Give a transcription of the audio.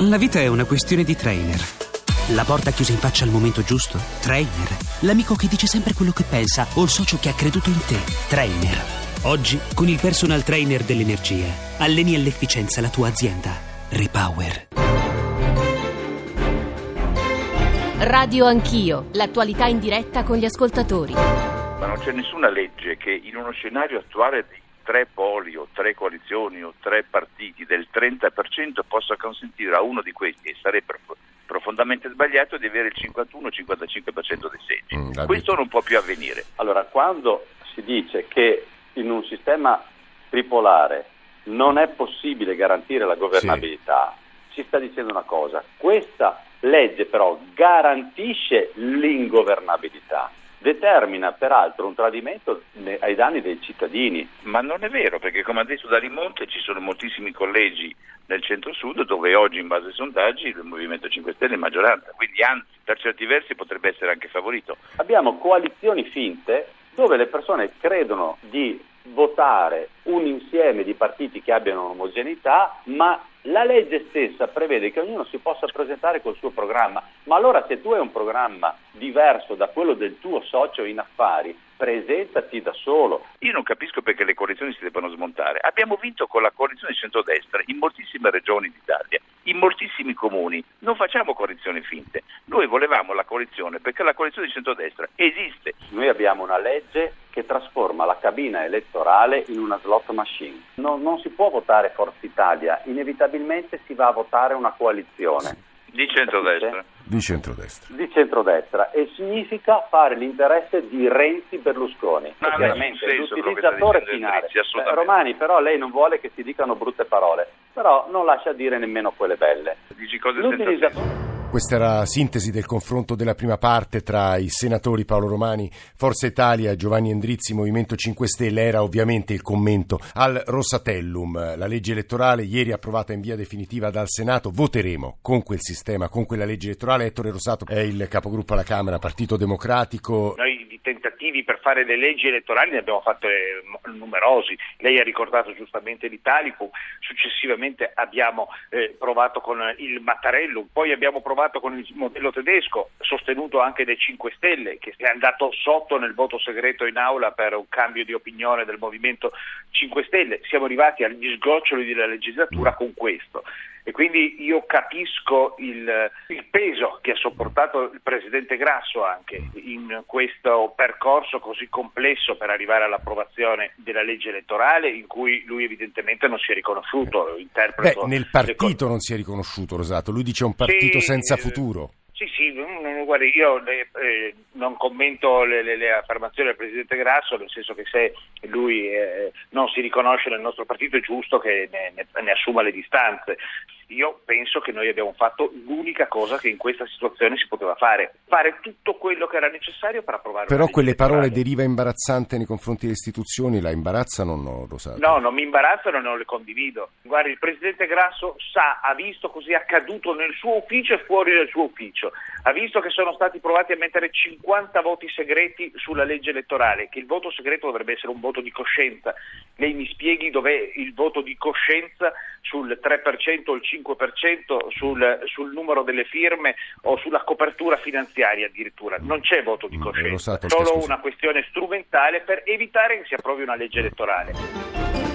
La vita è una questione di trainer. La porta chiusa in faccia al momento giusto? Trainer. L'amico che dice sempre quello che pensa o il socio che ha creduto in te? Trainer. Oggi, con il personal trainer dell'energia, alleni all'efficienza la tua azienda. Repower. Radio Anch'io, l'attualità in diretta con gli ascoltatori. Ma non c'è nessuna legge che in uno scenario attuale di 3 poli o 3 coalizioni o 3 partiti del 30% possa consentire a uno di questi, e sarebbe profondamente sbagliato, di avere il 51-55% dei seggi. Questo non può più avvenire. Allora, quando si dice che in un sistema tripolare non è possibile garantire la governabilità, si sta dicendo una cosa: questa legge però garantisce l'ingovernabilità, determina peraltro un tradimento ai danni dei cittadini. Ma non è vero, perché come ha detto Dalimonte ci sono moltissimi collegi nel centro-sud dove oggi, in base ai sondaggi, il Movimento 5 Stelle è in maggioranza, quindi anzi per certi versi potrebbe essere anche favorito. Abbiamo coalizioni finte dove le persone credono di votare un insieme di partiti che abbiano omogeneità, ma la legge stessa prevede che ognuno si possa presentare col suo programma. Ma allora, se tu hai un programma diverso da quello del tuo socio in affari, presentati da solo. Io non capisco perché le coalizioni si debbano smontare. Abbiamo vinto con la coalizione di centrodestra in moltissime regioni d'Italia, in moltissimi comuni. Non facciamo coalizioni finte. Noi volevamo la coalizione perché la coalizione di centrodestra esiste. Noi abbiamo una legge che trasforma la cabina elettorale in una slot machine. Non si può votare Forza Italia, inevitabilmente si va a votare una coalizione. Di centrodestra. Di centrodestra, e significa fare l'interesse di Renzi-Berlusconi. Ma chiaramente l'utilizzatore finale. Romani, però lei non vuole che si dicano brutte parole, però non lascia dire nemmeno quelle belle. Dici cose senza senso. Questa era la sintesi del confronto della prima parte tra i senatori Paolo Romani, Forza Italia, Giovanni Endrizzi, Movimento 5 Stelle. Era ovviamente il commento al Rosatellum. La legge elettorale ieri approvata in via definitiva dal Senato. Voteremo con quel sistema, con quella legge elettorale. Ettore Rosato è il capogruppo alla Camera, Partito Democratico. Noi di tentativi per fare le leggi elettorali ne abbiamo fatte numerosi. Lei ha ricordato giustamente l'Italicum, successivamente abbiamo provato con il Mattarellum, poi abbiamo provato con il modello tedesco, sostenuto anche dai 5 Stelle, che è andato sotto nel voto segreto in aula per un cambio di opinione del Movimento 5 Stelle. Siamo arrivati agli sgoccioli della legislatura con questo. E quindi io capisco il peso che ha sopportato il Presidente Grasso anche in questo percorso così complesso per arrivare all'approvazione della legge elettorale, in cui lui evidentemente non si è riconosciuto. Nel partito non si è riconosciuto, Rosato. Lui dice un partito senza futuro. Sì, guardi, io non commento le affermazioni del Presidente Grasso, nel senso che se lui non si riconosce nel nostro partito è giusto che ne assuma le distanze. Io penso che noi abbiamo fatto l'unica cosa che in questa situazione si poteva fare tutto quello che era necessario per approvare. Però quelle parole deriva imbarazzante nei confronti delle istituzioni, la imbarazzano o no, Rosato? No, non mi imbarazzano e non le condivido. Guardi, il Presidente Grasso ha visto così accaduto nel suo ufficio e fuori dal suo ufficio, ha visto che sono stati provati a mettere 50 voti segreti sulla legge elettorale, che il voto segreto dovrebbe essere un voto di coscienza. Lei mi spieghi dov'è il voto di coscienza sul 3% o il 5% sul numero delle firme o sulla copertura finanziaria addirittura. Non c'è voto di coscienza, è solo una questione strumentale per evitare che si approvi una legge elettorale.